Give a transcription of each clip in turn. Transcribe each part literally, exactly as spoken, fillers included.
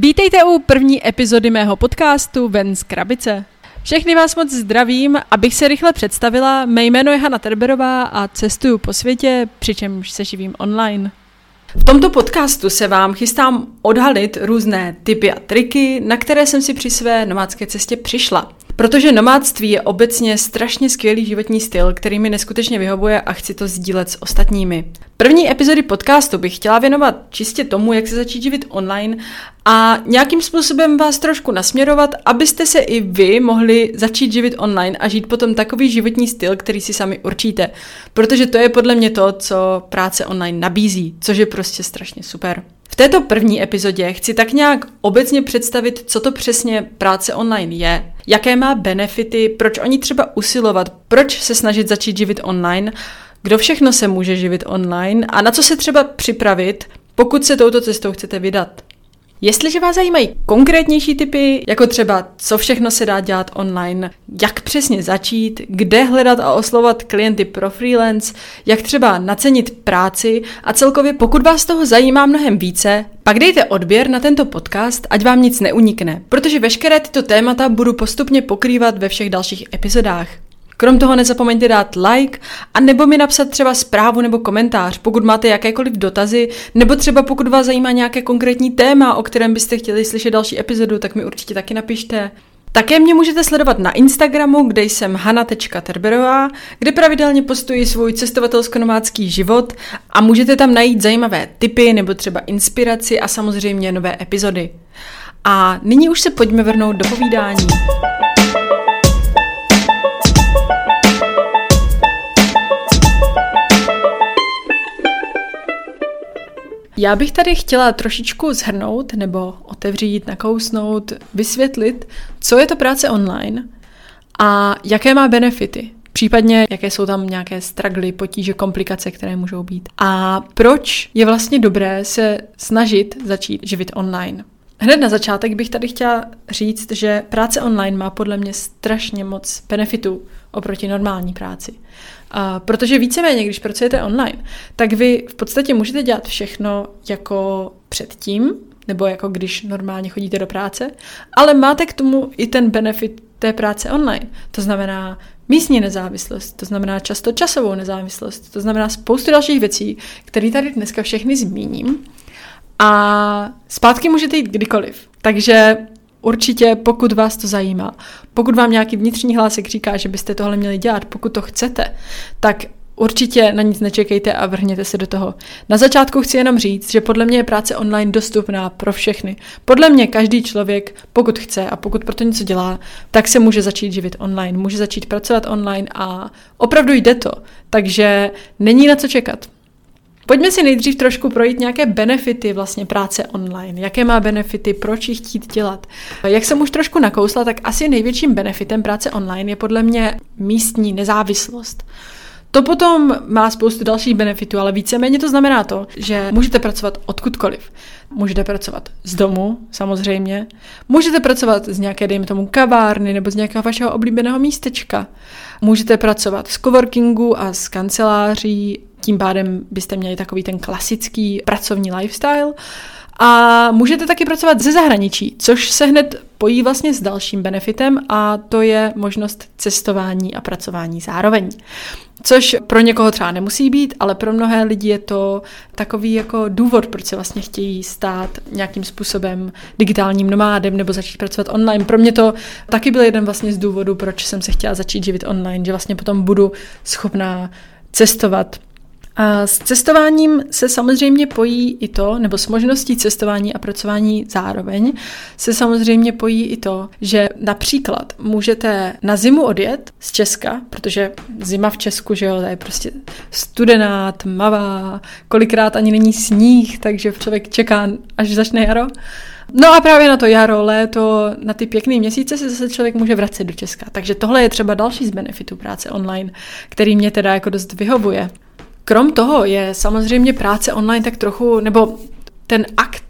Vítejte u první epizody mého podcastu Ven z krabice. Všechny vás moc zdravím, abych se rychle představila. Mé jméno je Hana Terberová a cestuju po světě, přičemž se živím online. V tomto podcastu se vám chystám odhalit různé tipy a triky, na které jsem si při své nomádské cestě přišla. Protože nomádství je obecně strašně skvělý životní styl, který mi neskutečně vyhovuje a chci to sdílet s ostatními. První epizody podcastu bych chtěla věnovat čistě tomu, jak se začít živit online a nějakým způsobem vás trošku nasměrovat, abyste se i vy mohli začít živit online a žít potom takový životní styl, který si sami určíte. Protože to je podle mě to, co práce online nabízí, což je prostě strašně super. V této první epizodě chci tak nějak obecně představit, co to přesně práce online je, jaké má benefity, proč o ní třeba usilovat, proč se snažit začít živit online, kdo všechno se může živit online a na co se třeba připravit, pokud se touto cestou chcete vydat. Jestliže vás zajímají konkrétnější tipy, jako třeba co všechno se dá dělat online, jak přesně začít, kde hledat a oslovovat klienty pro freelance, jak třeba nacenit práci a celkově pokud vás toho zajímá mnohem více, pak dejte odběr na tento podcast, ať vám nic neunikne, protože veškeré tyto témata budu postupně pokrývat ve všech dalších epizodách. Krom toho nezapomeňte dát like a nebo mi napsat třeba zprávu nebo komentář, pokud máte jakékoliv dotazy, nebo třeba pokud vás zajímá nějaké konkrétní téma, o kterém byste chtěli slyšet další epizodu, tak mi určitě taky napište. Také mě můžete sledovat na Instagramu, kde jsem hana tečka terberová, kde pravidelně postuji svůj cestovatelsko-nomádský život a můžete tam najít zajímavé tipy nebo třeba inspiraci a samozřejmě nové epizody. A nyní už se pojďme vrhnout do povídání. Já bych tady chtěla trošičku shrnout nebo otevřít, nakousnout, vysvětlit, co je to práce online a jaké má benefity. Případně, jaké jsou tam nějaké struggly, potíže, komplikace, které můžou být. A proč je vlastně dobré se snažit začít živit online. Hned na začátek bych tady chtěla říct, že práce online má podle mě strašně moc benefitů oproti normální práci. A protože víceméně, když pracujete online, tak vy v podstatě můžete dělat všechno jako předtím, nebo jako když normálně chodíte do práce, ale máte k tomu i ten benefit té práce online. To znamená místní nezávislost, to znamená často časovou nezávislost, to znamená spoustu dalších věcí, které tady dneska všechny zmíním. A zpátky můžete jít kdykoliv. Takže určitě, pokud vás to zajímá, pokud vám nějaký vnitřní hlásek říká, že byste tohle měli dělat, pokud to chcete, tak určitě na nic nečekejte a vrhněte se do toho. Na začátku chci jenom říct, že podle mě je práce online dostupná pro všechny. Podle mě každý člověk, pokud chce a pokud proto něco dělá, tak se může začít živit online, může začít pracovat online a opravdu jde to. Takže není na co čekat. Pojďme si nejdřív trošku projít nějaké benefity vlastně práce online. Jaké má benefity, proč ji chtít dělat. Jak jsem už trošku nakousla, tak asi největším benefitem práce online je podle mě místní nezávislost. To potom má spoustu dalších benefitů, ale víceméně to znamená to, že můžete pracovat odkudkoliv. Můžete pracovat z domu, samozřejmě. Můžete pracovat z nějaké, dejme tomu, kavárny nebo z nějakého vašeho oblíbeného místečka. Můžete pracovat z coworkingu a z kanceláří, tím pádem byste měli takový ten klasický pracovní lifestyle. A můžete taky pracovat ze zahraničí, což se hned pojí vlastně s dalším benefitem a to je možnost cestování a pracování zároveň. Což pro někoho třeba nemusí být, ale pro mnohé lidi je to takový jako důvod, proč se vlastně chtějí stát nějakým způsobem digitálním nomádem nebo začít pracovat online. Pro mě to taky byl jeden vlastně z důvodů, proč jsem se chtěla začít živit online, že vlastně potom budu schopná cestovat. A s cestováním se samozřejmě pojí i to, nebo s možností cestování a pracování zároveň se samozřejmě pojí i to, že například můžete na zimu odjet z Česka, protože zima v Česku, že jo, to je prostě studená, tmavá, kolikrát ani není sníh, takže člověk čeká, až začne jaro. No a právě na to jaro, léto, na ty pěkný měsíce se zase člověk může vracet do Česka. Takže tohle je třeba další z benefitů práce online, který mě teda jako dost vyhovuje. Krom toho je samozřejmě práce online tak trochu, nebo ten akt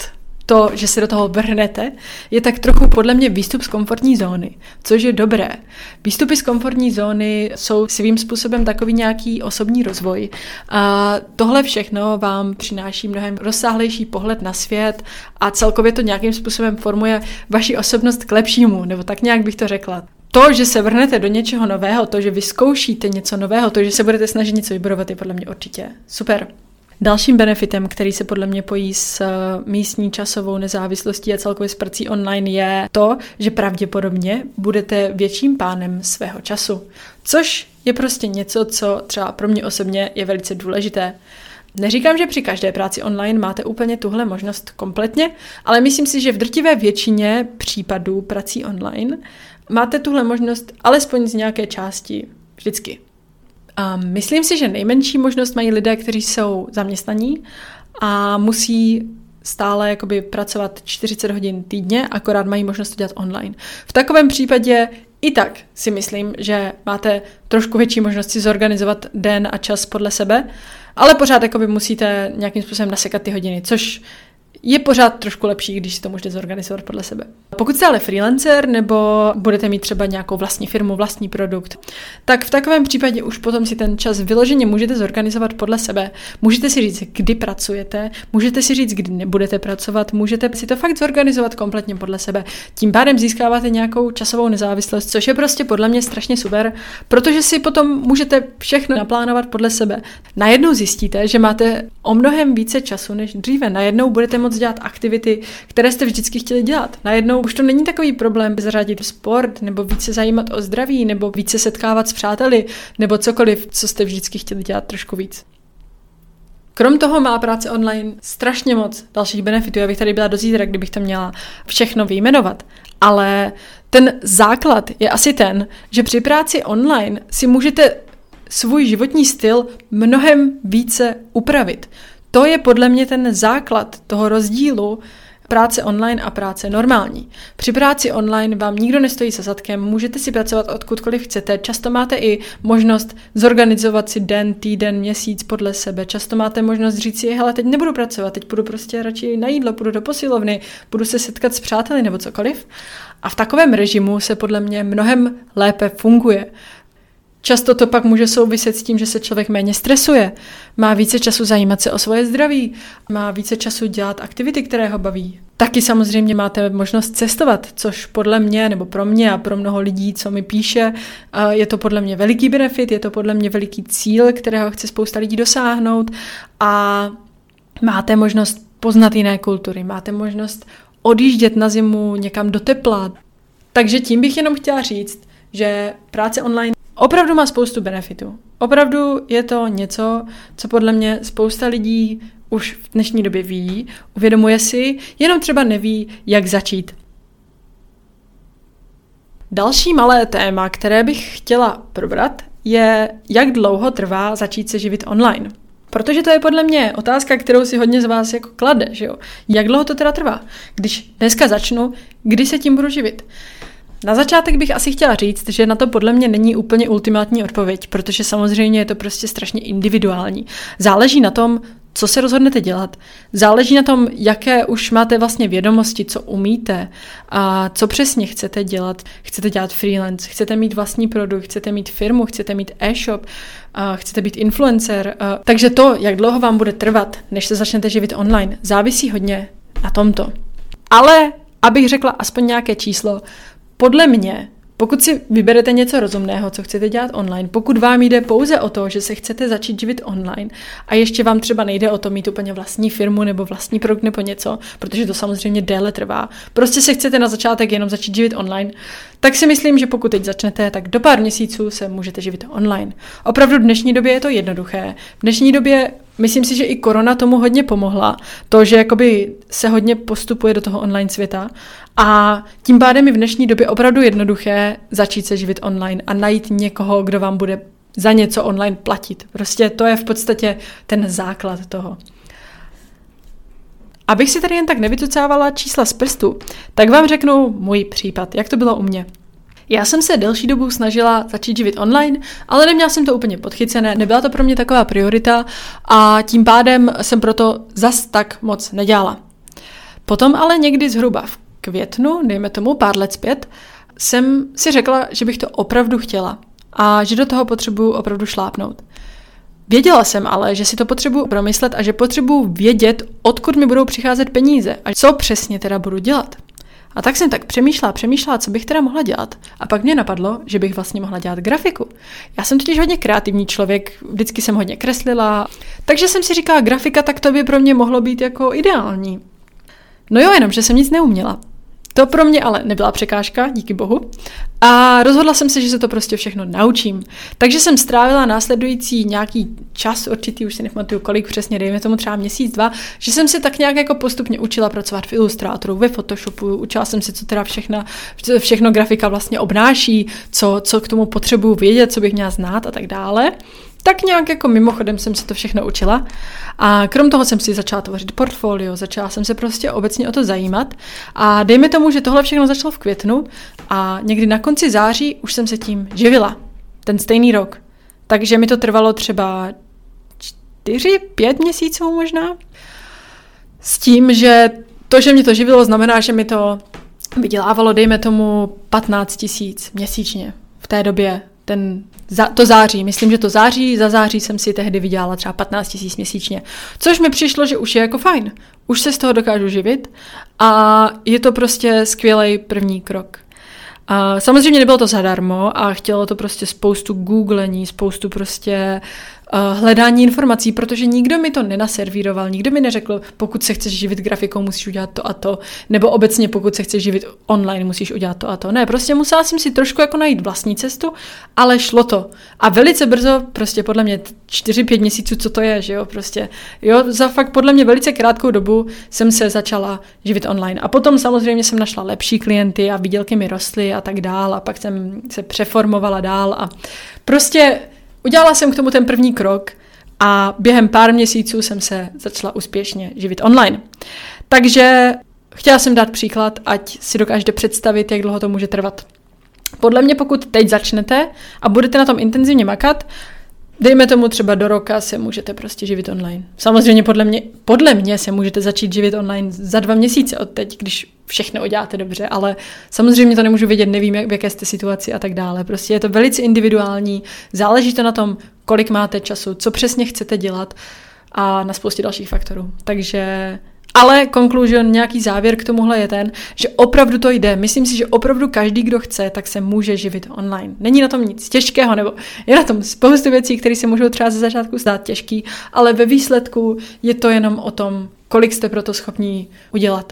to, že se do toho vrhnete, je tak trochu podle mě výstup z komfortní zóny, což je dobré. Výstupy z komfortní zóny jsou svým způsobem takový nějaký osobní rozvoj a tohle všechno vám přináší mnohem rozsáhlejší pohled na svět a celkově to nějakým způsobem formuje vaši osobnost k lepšímu, nebo tak nějak bych to řekla. To, že se vrhnete do něčeho nového, to, že vyzkoušíte něco nového, to, že se budete snažit něco vybudovat, je podle mě určitě super. Dalším benefitem, který se podle mě pojí s místní časovou nezávislostí a celkově s prací online, je to, že pravděpodobně budete větším pánem svého času. Což je prostě něco, co třeba pro mě osobně je velice důležité. Neříkám, že při každé práci online máte úplně tuhle možnost kompletně, ale myslím si, že v drtivé většině případů prací online máte tuhle možnost alespoň z nějaké části vždycky. A myslím si, že nejmenší možnost mají lidé, kteří jsou zaměstnaní a musí stále jakoby pracovat čtyřicet hodin týdně, akorát mají možnost to dělat online. V takovém případě i tak si myslím, že máte trošku větší možnost si zorganizovat den a čas podle sebe, ale pořád jakoby musíte nějakým způsobem nasekat ty hodiny, což je pořád trošku lepší, když si to můžete zorganizovat podle sebe. Pokud jste ale freelancer nebo budete mít třeba nějakou vlastní firmu, vlastní produkt, tak v takovém případě už potom si ten čas vyloženě můžete zorganizovat podle sebe. Můžete si říct, kdy pracujete, můžete si říct, kdy nebudete pracovat, můžete si to fakt zorganizovat kompletně podle sebe. Tím pádem získáváte nějakou časovou nezávislost, což je prostě podle mě strašně super, protože si potom můžete všechno naplánovat podle sebe. Najednou zjistíte, že máte o mnohem více času než dříve. Najednou budete moct dělat aktivity, které jste vždycky chtěli dělat. Najednou už to není takový problém zařadit sport, nebo více zajímat o zdraví, nebo více setkávat s přáteli, nebo cokoliv, co jste vždycky chtěli dělat trošku víc. Krom toho má práce online strašně moc dalších benefitů. Já bych tady byla do zítra, kdybych to měla všechno vyjmenovat. Ale ten základ je asi ten, že při práci online si můžete svůj životní styl mnohem více upravit. To je podle mě ten základ toho rozdílu práce online a práce normální. Při práci online vám nikdo nestojí za zadkem, můžete si pracovat odkudkoliv chcete, často máte i možnost zorganizovat si den, týden, měsíc podle sebe, často máte možnost říct si, hele, teď nebudu pracovat, teď půjdu prostě radši na jídlo, půjdu do posilovny, budu se setkat s přáteli nebo cokoliv. A v takovém režimu se podle mě mnohem lépe funguje. Často to pak může souviset s tím, že se člověk méně stresuje, má více času zajímat se o svoje zdraví, má více času dělat aktivity, které ho baví. Taky samozřejmě máte možnost cestovat, což podle mě, nebo pro mě a pro mnoho lidí, co mi píše, je to podle mě veliký benefit, je to podle mě veliký cíl, kterého chce spousta lidí dosáhnout a máte možnost poznat jiné kultury, máte možnost odjíždět na zimu někam do tepla. Takže tím bych jenom chtěla říct, že práce online opravdu má spoustu benefitů. Opravdu je to něco, co podle mě spousta lidí už v dnešní době ví, uvědomuje si, jenom třeba neví, jak začít. Další malé téma, které bych chtěla probrat, je, jak dlouho trvá začít se živit online. Protože to je podle mě otázka, kterou si hodně z vás jako klade, že jo? Jak dlouho to teda trvá? Když dneska začnu, kdy se tím budu živit? Na začátek bych asi chtěla říct, že na to podle mě není úplně ultimátní odpověď, protože samozřejmě je to prostě strašně individuální. Záleží na tom, co se rozhodnete dělat. Záleží na tom, jaké už máte vlastně vědomosti, co umíte a co přesně chcete dělat. Chcete dělat freelance, chcete mít vlastní produkt, chcete mít firmu, chcete mít e-shop, a chcete být influencer. A takže to, jak dlouho vám bude trvat, než se začnete živit online, závisí hodně na tomto. Ale abych řekla aspoň nějaké číslo, podle mě, pokud si vyberete něco rozumného, co chcete dělat online, pokud vám jde pouze o to, že se chcete začít živit online a ještě vám třeba nejde o to mít úplně vlastní firmu nebo vlastní produkt nebo něco, protože to samozřejmě déle trvá, prostě se chcete na začátek jenom začít živit online, tak si myslím, že pokud teď začnete, tak do pár měsíců se můžete živit online. Opravdu v dnešní době je to jednoduché. V dnešní době myslím si, že i korona tomu hodně pomohla. To, že jakoby se hodně postupuje do toho online světa a tím pádem je v dnešní době opravdu jednoduché začít se živit online a najít někoho, kdo vám bude za něco online platit. Prostě to je v podstatě ten základ toho. Abych si tady jen tak nevytucávala čísla z prstu, tak vám řeknu můj případ, jak to bylo u mě. Já jsem se delší dobu snažila začít živit online, ale neměla jsem to úplně podchycené, nebyla to pro mě taková priorita a tím pádem jsem proto zas tak moc nedělala. Potom ale někdy zhruba v květnu, dejme tomu pár let zpět, jsem si řekla, že bych to opravdu chtěla a že do toho potřebuju opravdu šlápnout. Věděla jsem ale, že si to potřebuju promyslet a že potřebuju vědět, odkud mi budou přicházet peníze a co přesně teda budu dělat. A tak jsem tak přemýšlela, přemýšlela, co bych teda mohla dělat. A pak mě napadlo, že bych vlastně mohla dělat grafiku. Já jsem totiž hodně kreativní člověk, vždycky jsem hodně kreslila, takže jsem si říkala, grafika, tak to by pro mě mohlo být jako ideální. No jo, jenom, že jsem nic neuměla. To pro mě ale nebyla překážka, díky bohu. A rozhodla jsem se, že se to prostě všechno naučím. Takže jsem strávila následující nějaký čas, určitý, už si nepamatuju kolik přesně, dejme tomu třeba měsíc, dva, že jsem se tak nějak jako postupně učila pracovat v Illustratoru, ve Photoshopu, učila jsem se, co teda všechno, všechno grafika vlastně obnáší, co, co k tomu potřebuju vědět, co bych měla znát a tak dále. Tak nějak jako mimochodem jsem se to všechno učila a krom toho jsem si začala tvořit portfolio, začala jsem se prostě obecně o to zajímat a dejme tomu, že tohle všechno začalo v květnu a někdy na konci září už jsem se tím živila, ten stejný rok. Takže mi to trvalo třeba čtyři, pět měsíců možná. S tím, že to, že mě to živilo, znamená, že mi to vydělávalo, dejme tomu, patnáct tisíc měsíčně v té době. Ten, to září, myslím, že to září, za září jsem si tehdy vydělala třeba patnáct tisíc měsíčně, což mi přišlo, že už je jako fajn, už se z toho dokážu živit a je to prostě skvělý první krok. A samozřejmě nebylo to zadarmo a chtělo to prostě spoustu googlení, spoustu prostě uh, hledání informací, protože nikdo mi to nenaservíroval, nikdo mi neřekl, pokud se chceš živit grafikou, musíš udělat to a to, nebo obecně pokud se chceš živit online, musíš udělat to a to. Ne, prostě musela jsem si trošku jako najít vlastní cestu, ale šlo to. A velice brzo, prostě podle mě čtyři pět měsíců, co to je, že jo, prostě, jo, za fakt podle mě velice krátkou dobu jsem se začala živit online. A potom samozřejmě jsem našla lepší klienty a výdělky mi rostly a tak dál a pak jsem se přeformovala dál a prostě udělala jsem k tomu ten první krok a během pár měsíců jsem se začala úspěšně živit online. Takže chtěla jsem dát příklad, ať si dokážete představit, jak dlouho to může trvat. Podle mě, pokud teď začnete a budete na tom intenzivně makat, dejme tomu třeba do roka se můžete prostě živit online. Samozřejmě podle mě, podle mě se můžete začít živit online za dva měsíce od teď, když všechno uděláte dobře, ale samozřejmě to nemůžu vědět, nevím, jak, v jaké jste situaci a tak dále. Prostě je to velice individuální, záleží to na tom, kolik máte času, co přesně chcete dělat a na spoustě dalších faktorů. Takže... Ale conclusion, nějaký závěr k tomuhle je ten, že opravdu to jde. Myslím si, že opravdu každý, kdo chce, tak se může živit online. Není na tom nic těžkého, nebo je na tom spoustu věcí, které se můžou třeba ze začátku zdát těžký, ale ve výsledku je to jenom o tom, kolik jste pro to schopní udělat.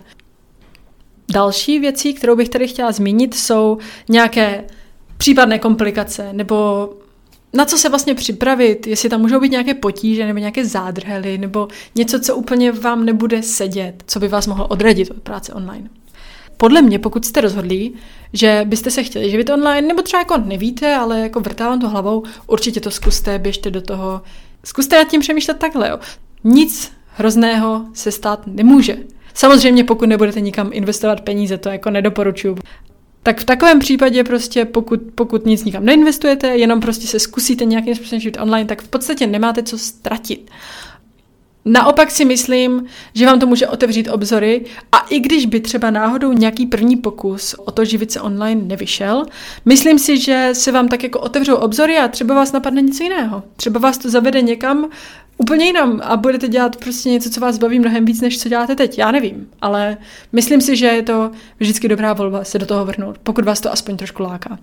Další věcí, kterou bych tady chtěla zmínit, jsou nějaké případné komplikace, nebo na co se vlastně připravit, jestli tam můžou být nějaké potíže nebo nějaké zádrhely nebo něco, co úplně vám nebude sedět, co by vás mohlo odradit od práce online. Podle mě, pokud jste rozhodlí, že byste se chtěli živit online, nebo třeba jako nevíte, ale jako vrtá vám to hlavou, určitě to zkuste, běžte do toho. Zkuste nad tím přemýšlet takhle, jo. Nic hrozného se stát nemůže. Samozřejmě, pokud nebudete nikam investovat peníze, to jako nedoporučuju. Tak v takovém případě prostě, pokud, pokud nic nikam neinvestujete, jenom prostě se zkusíte nějakým způsobem živit online, tak v podstatě nemáte co ztratit. Naopak si myslím, že vám to může otevřít obzory a i když by třeba náhodou nějaký první pokus o to živit se online nevyšel, myslím si, že se vám tak jako otevřou obzory a třeba vás napadne něco jiného. Třeba vás to zavede někam úplně jinam a budete dělat prostě něco, co vás baví mnohem víc, než co děláte teď. Já nevím, ale myslím si, že je to vždycky dobrá volba se do toho vrhnout, pokud vás to aspoň trošku láká.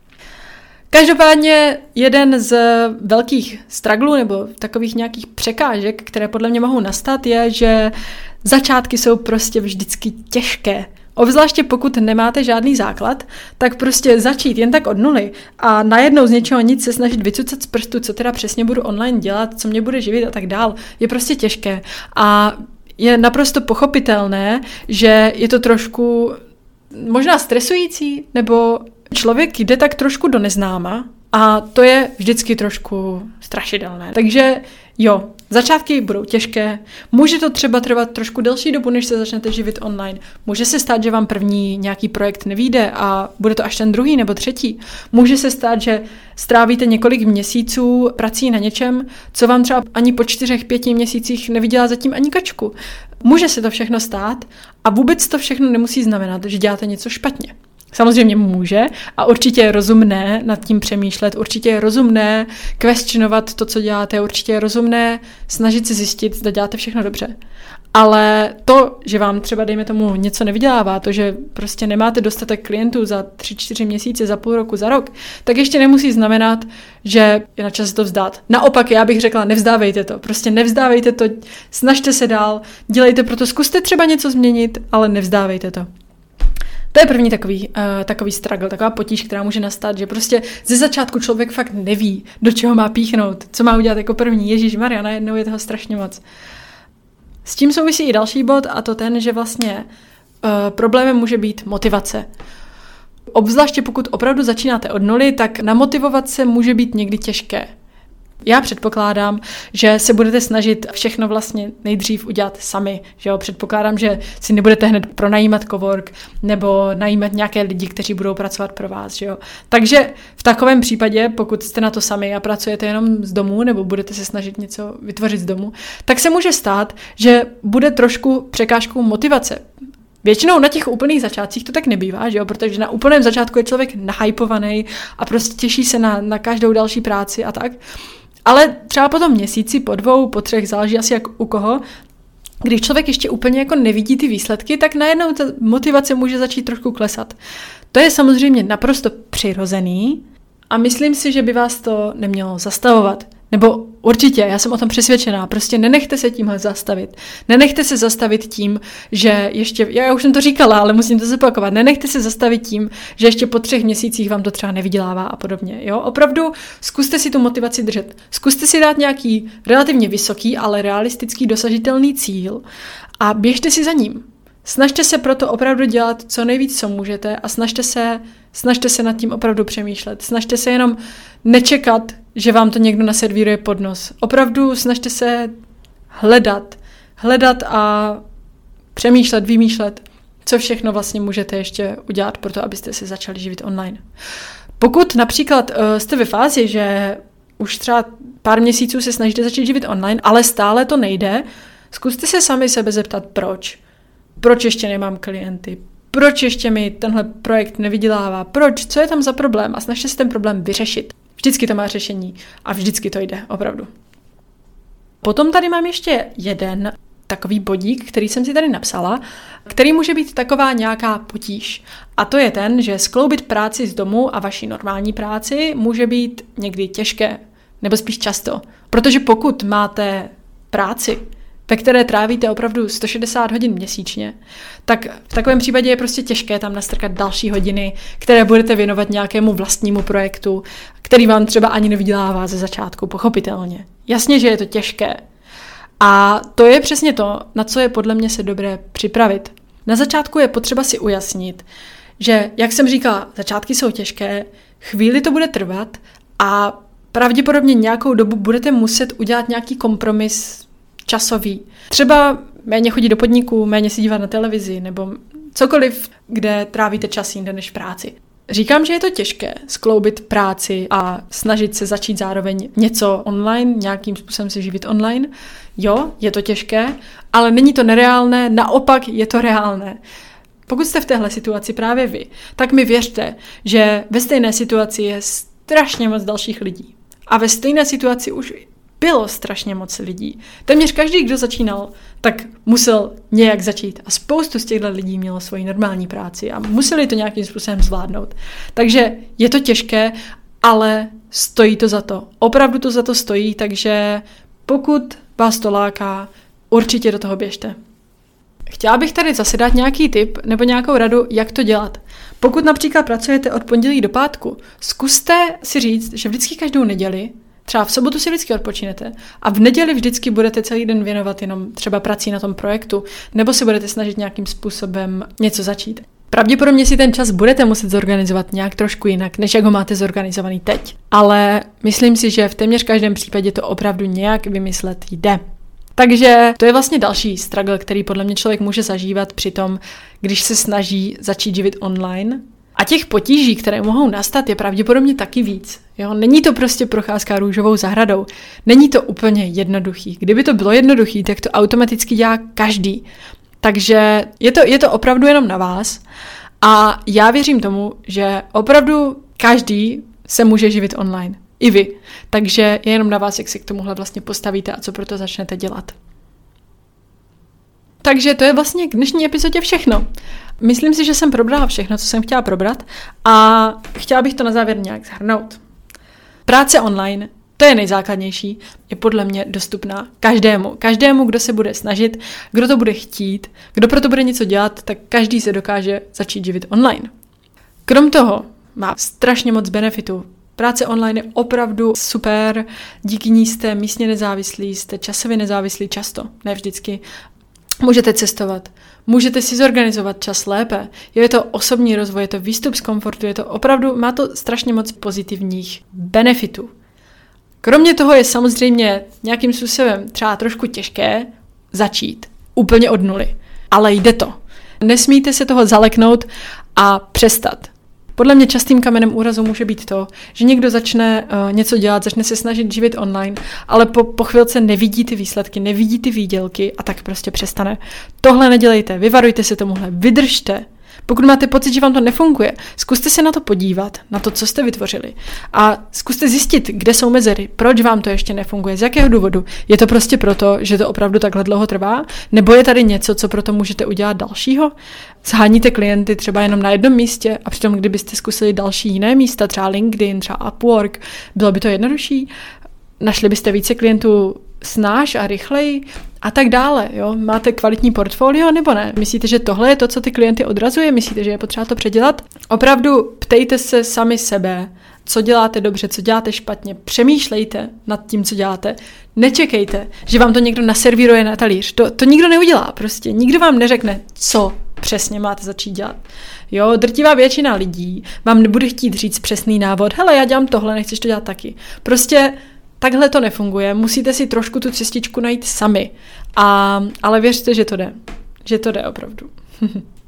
Každopádně jeden z velkých strugglů nebo takových nějakých překážek, které podle mě mohou nastat, je, že začátky jsou prostě vždycky těžké. Obzvláště pokud nemáte žádný základ, tak prostě začít jen tak od nuly a najednou z něčeho nic se snažit vycucat z prstu, co teda přesně budu online dělat, co mě bude živit a tak dál, je prostě těžké. A je naprosto pochopitelné, že je to trošku možná stresující, nebo člověk jde tak trošku do neznáma a to je vždycky trošku strašidelné. Takže Jo, začátky budou těžké, může to třeba trvat trošku delší dobu, než se začnete živit online. Může se stát, že vám první nějaký projekt nevyjde a bude to až ten druhý nebo třetí. Může se stát, že strávíte několik měsíců prací na něčem, co vám třeba ani po čtyřech, pěti měsících nevydělá zatím ani kačku. Může se to všechno stát a vůbec to všechno nemusí znamenat, že děláte něco špatně. Samozřejmě může a určitě je rozumné nad tím přemýšlet, určitě je rozumné questionovat to, co děláte, určitě je rozumné snažit se zjistit, zda děláte všechno dobře. Ale to, že vám třeba, dejme tomu, něco nevydělává, to, že prostě nemáte dostatek klientů za tři, čtyři měsíce, za půl roku, za rok, tak ještě nemusí znamenat, že je na čas to vzdát. Naopak, já bych řekla, nevzdávejte to. Prostě nevzdávejte to, snažte se dál, dělejte proto, zkuste třeba něco změnit, ale nevzdávejte to. To je první takový, uh, takový struggle, taková potíž, která může nastat, že prostě ze začátku člověk fakt neví, do čeho má píchnout, co má udělat jako první. Ježíšmarja, najednou je toho strašně moc. S tím souvisí i další bod a to ten, že vlastně uh, problémem může být motivace. Obzvláště pokud opravdu začínáte od nuly, tak namotivovat se může být někdy těžké. Já předpokládám, že se budete snažit všechno vlastně nejdřív udělat sami. Že jo? Předpokládám, že si nebudete hned pronajímat cowork nebo najímat nějaké lidi, kteří budou pracovat pro vás. Že jo? Takže v takovém případě, pokud jste na to sami a pracujete jenom z domu nebo budete se snažit něco vytvořit z domu, tak se může stát, že bude trošku překážkou motivace. Většinou na těch úplných začátcích to tak nebývá, že jo? Protože na úplném začátku je člověk nahypovaný a prostě těší se na, na každou další práci a tak. Ale třeba po tom měsíci, po dvou, po třech, záleží asi jak u koho, když člověk ještě úplně jako nevidí ty výsledky, tak najednou ta motivace může začít trošku klesat. To je samozřejmě naprosto přirozený a myslím si, že by vás to nemělo zastavovat. Nebo určitě, já jsem o tom přesvědčená, prostě nenechte se tímhle zastavit. Nenechte se zastavit tím, že ještě, já už jsem to říkala, ale musím to zopakovat, nenechte se zastavit tím, že ještě po třech měsících vám to třeba nevydělává a podobně. Jo? Opravdu zkuste si tu motivaci držet. Zkuste si dát nějaký relativně vysoký, ale realistický dosažitelný cíl a běžte si za ním. Snažte se proto opravdu dělat co nejvíc, co můžete a snažte se, snažte se nad tím opravdu přemýšlet. Snažte se jenom nečekat, že vám to někdo naservíruje pod nos. Opravdu snažte se hledat, hledat a přemýšlet, vymýšlet, co všechno vlastně můžete ještě udělat pro to, abyste se začali živit online. Pokud například uh, jste ve fázi, že už třeba pár měsíců se snažíte začít živit online, ale stále to nejde, zkuste se sami sebe zeptat, proč. Proč ještě nemám klienty? Proč ještě mi tenhle projekt nevydělává? Proč? Co je tam za problém? A snažte se ten problém vyřešit. Vždycky to má řešení a vždycky to jde, opravdu. Potom tady mám ještě jeden takový bodík, který jsem si tady napsala, který může být taková nějaká potíž. A to je ten, že skloubit práci z domu a vaši normální práci může být někdy těžké, nebo spíš často. Protože pokud máte práci, ve které trávíte opravdu sto šedesát hodin měsíčně, tak v takovém případě je prostě těžké tam nastrkat další hodiny, které budete věnovat nějakému vlastnímu projektu, který vám třeba ani nevydělává ze začátku, pochopitelně. Jasně, že je to těžké. A to je přesně to, na co je podle mě se dobré připravit. Na začátku je potřeba si ujasnit, že, jak jsem říkala, začátky jsou těžké, chvíli to bude trvat a pravděpodobně nějakou dobu budete muset udělat nějaký kompromis časový. Třeba méně chodit do podniku, méně si dívat na televizi nebo cokoliv, kde trávíte čas jinde než v práci. Říkám, že je to těžké skloubit práci a snažit se začít zároveň něco online, nějakým způsobem se živit online. Jo, je to těžké, ale není to nereálné, naopak je to reálné. Pokud jste v téhle situaci právě vy, tak mi věřte, že ve stejné situaci je strašně moc dalších lidí. A ve stejné situaci už bylo strašně moc lidí. Téměř každý, kdo začínal, tak musel nějak začít. A spoustu z těchto lidí mělo svoji normální práci a museli to nějakým způsobem zvládnout. Takže je to těžké, ale stojí to za to. Opravdu to za to stojí, takže pokud vás to láká, určitě do toho běžte. Chtěla bych tady zase dát nějaký tip nebo nějakou radu, jak to dělat. Pokud například pracujete od pondělí do pátku, zkuste si říct, že vždycky každou neděli, třeba v sobotu si vždycky odpočinete a v neděli vždycky budete celý den věnovat jenom třeba prací na tom projektu, nebo si budete snažit nějakým způsobem něco začít. Pravděpodobně si ten čas budete muset zorganizovat nějak trošku jinak, než jak ho máte zorganizovaný teď. Ale myslím si, že v téměř každém případě to opravdu nějak vymyslet jde. Takže to je vlastně další struggle, který podle mě člověk může zažívat při tom, když se snaží začít živit online. A těch potíží, které mohou nastat, je pravděpodobně taky víc. Jo? Není to prostě procházka růžovou zahradou. Není to úplně jednoduchý. Kdyby to bylo jednoduchý, tak to automaticky dělá každý. Takže je to, je to opravdu jenom na vás. A já věřím tomu, že opravdu každý se může živit online. I vy. Takže je jenom na vás, jak se k tomuhle vlastně postavíte a co pro to začnete dělat. Takže to je vlastně k dnešní epizodě všechno. Myslím si, že jsem probrala všechno, co jsem chtěla probrat a chtěla bych to na závěr nějak shrnout. Práce online, to je nejzákladnější, je podle mě dostupná každému. Každému, kdo se bude snažit, kdo to bude chtít, kdo pro to bude něco dělat, tak každý se dokáže začít živit online. Krom toho má strašně moc benefitů. Práce online je opravdu super, díky ní jste místně nezávislí, jste časově nezávislí často, ne vždycky. Můžete cestovat, můžete si zorganizovat čas lépe, je to osobní rozvoj, je to výstup z komfortu, je to opravdu, má to strašně moc pozitivních benefitů. Kromě toho je samozřejmě nějakým způsobem třeba trošku těžké začít úplně od nuly, ale jde to. Nesmíte se toho zaleknout a přestat. Podle mě častým kamenem úrazu může být to, že někdo začne uh, něco dělat, začne se snažit živit online, ale po, po chvilce nevidí ty výsledky, nevidí ty výdělky a tak prostě přestane. Tohle nedělejte, vyvarujte se tomuhle, vydržte. Pokud máte pocit, že vám to nefunguje, zkuste se na to podívat, na to, co jste vytvořili a zkuste zjistit, kde jsou mezery, proč vám to ještě nefunguje, z jakého důvodu. Je to prostě proto, že to opravdu takhle dlouho trvá, nebo je tady něco, co proto můžete udělat dalšího? Sháníte klienty třeba jenom na jednom místě a přitom, kdybyste zkusili další jiné místa, třeba LinkedIn, třeba Upwork, bylo by to jednodušší? Našli byste více klientů snáš a rychleji a tak dále. Jo? Máte kvalitní portfolio nebo ne? Myslíte, že tohle je to, co ty klienty odrazuje? Myslíte, že je potřeba to předělat? Opravdu ptejte se sami sebe, co děláte dobře, co děláte špatně. Přemýšlejte nad tím, co děláte. Nečekejte, že vám to někdo naservíruje na talíř. To, to nikdo neudělá prostě. Nikdo vám neřekne, co přesně máte začít dělat. Jo, drtivá většina lidí vám nebude chtít říct přesný návod. Hele, já dělám tohle, nechceš to dělat taky. Prostě takhle to nefunguje, musíte si trošku tu cestičku najít sami. A, ale věřte, že to jde. Že to jde opravdu.